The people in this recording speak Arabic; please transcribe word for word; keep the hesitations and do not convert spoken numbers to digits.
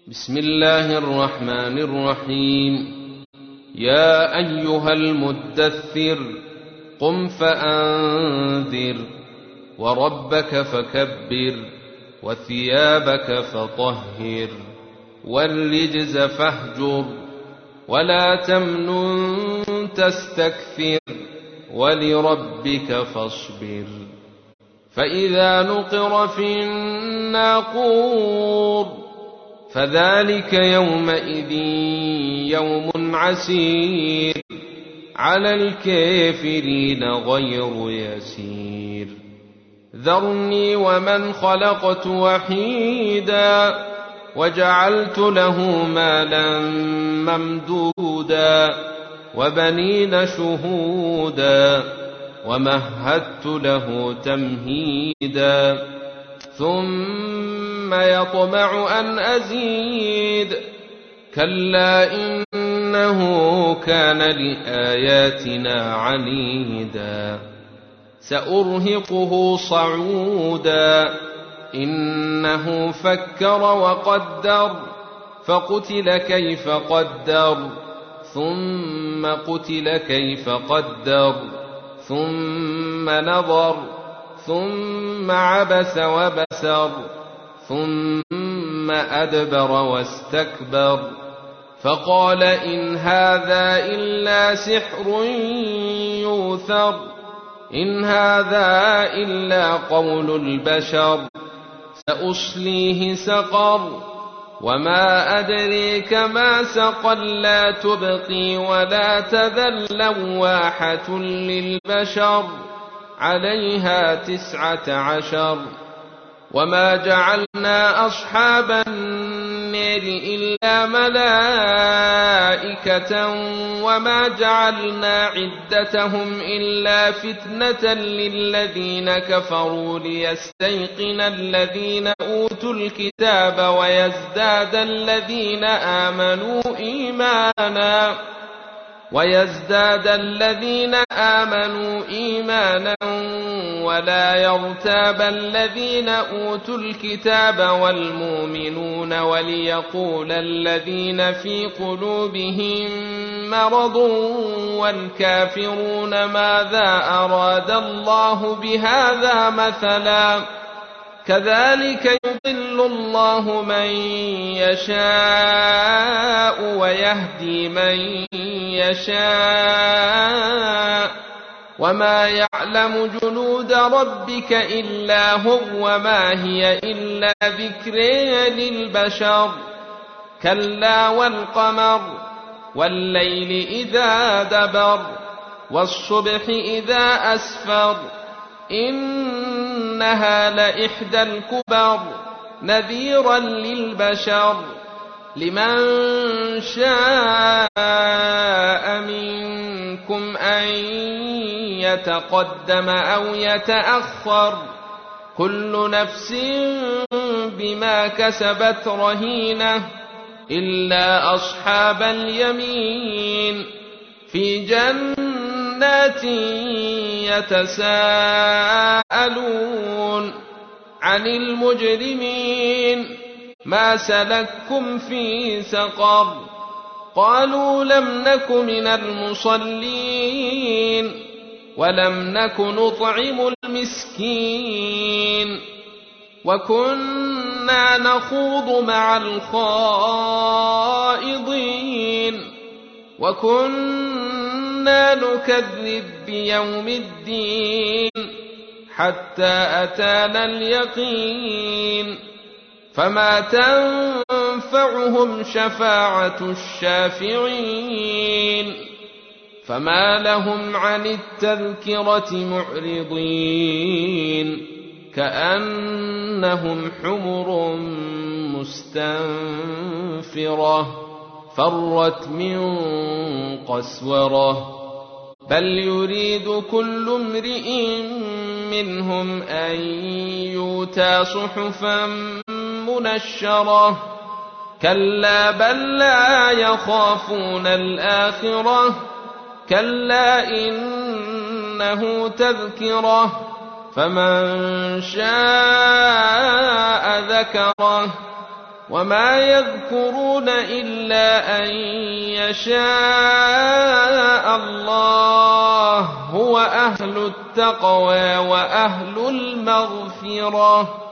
بسم الله الرحمن الرحيم. يا أيها المدثر قم فأنذر وربك فكبر وثيابك فطهر والرجز فاهجر ولا تمنن تستكثر ولربك فاصبر. فإذا نقر في الناقور فذلك يومئذ يوم عسير على الكافرين غير يسير. ذرني ومن خلقت وحيدا وجعلت له مالا ممدودا وبنين شهودا ومهدت له تمهيدا ثم يطمع أن أزيد كلا إنه كان لآياتنا عنيدا سأرهقه صعودا إنه فكر وقدر فقتل كيف قدر ثم قتل كيف قدر ثم نظر ثم عبس وبسر ثم أدبر واستكبر فقال إن هذا إلا سحر يؤثر إن هذا إلا قول البشر سأصليه سقر وما أدريك ما سقر لا تبقي ولا تذر لواحة للبشر عليها تسعة عشر. وما جعلنا أصحاب النار إلا ملائكة وما جعلنا عدتهم إلا فتنة للذين كفروا ليستيقن الذين أوتوا الكتاب ويزداد الذين آمنوا إيمانا ويزداد الذين آمنوا إيمانا ولا يرتاب الذين أوتوا الكتاب والمؤمنون وليقول الذين في قلوبهم مرض والكافرون ماذا أراد الله بهذا مثلا كذلك يضل الله من يشاء ويهدي من يشاء وما يعلم جنود ربك إلا هو وما هي إلا ذكر للبشر. كلا والقمر والليل إذا دبر والصبح إذا أسفر إنها لإحدى الكبر نذيرا للبشر لمن شاء منكم أن يتقدم أو يتأخر كل نفس بما كسبت رهينة إلا أصحاب اليمين في جنات يتساءلون عن المجرمين ما سلككم في سقر قالوا لم نك من المصلين ولم نك نطعم المسكين وكنا نخوض مع الخائضين وكنا نكذب بيوم الدين حتى أتانا اليقين فما تنفعهم شفاعة الشافعين فما لهم عن التذكرة معرضين كأنهم حمر مستنفرة فرت من قسورة بل يريد كل امرئ منهم أن يؤتى صحفا منشرة كلا بل لا يخافون الآخرة كلا إنه تذكرة فمن شاء ذكره وما يذكرون إلا أن يشاء الله هو أهل التقوى وأهل المغفرة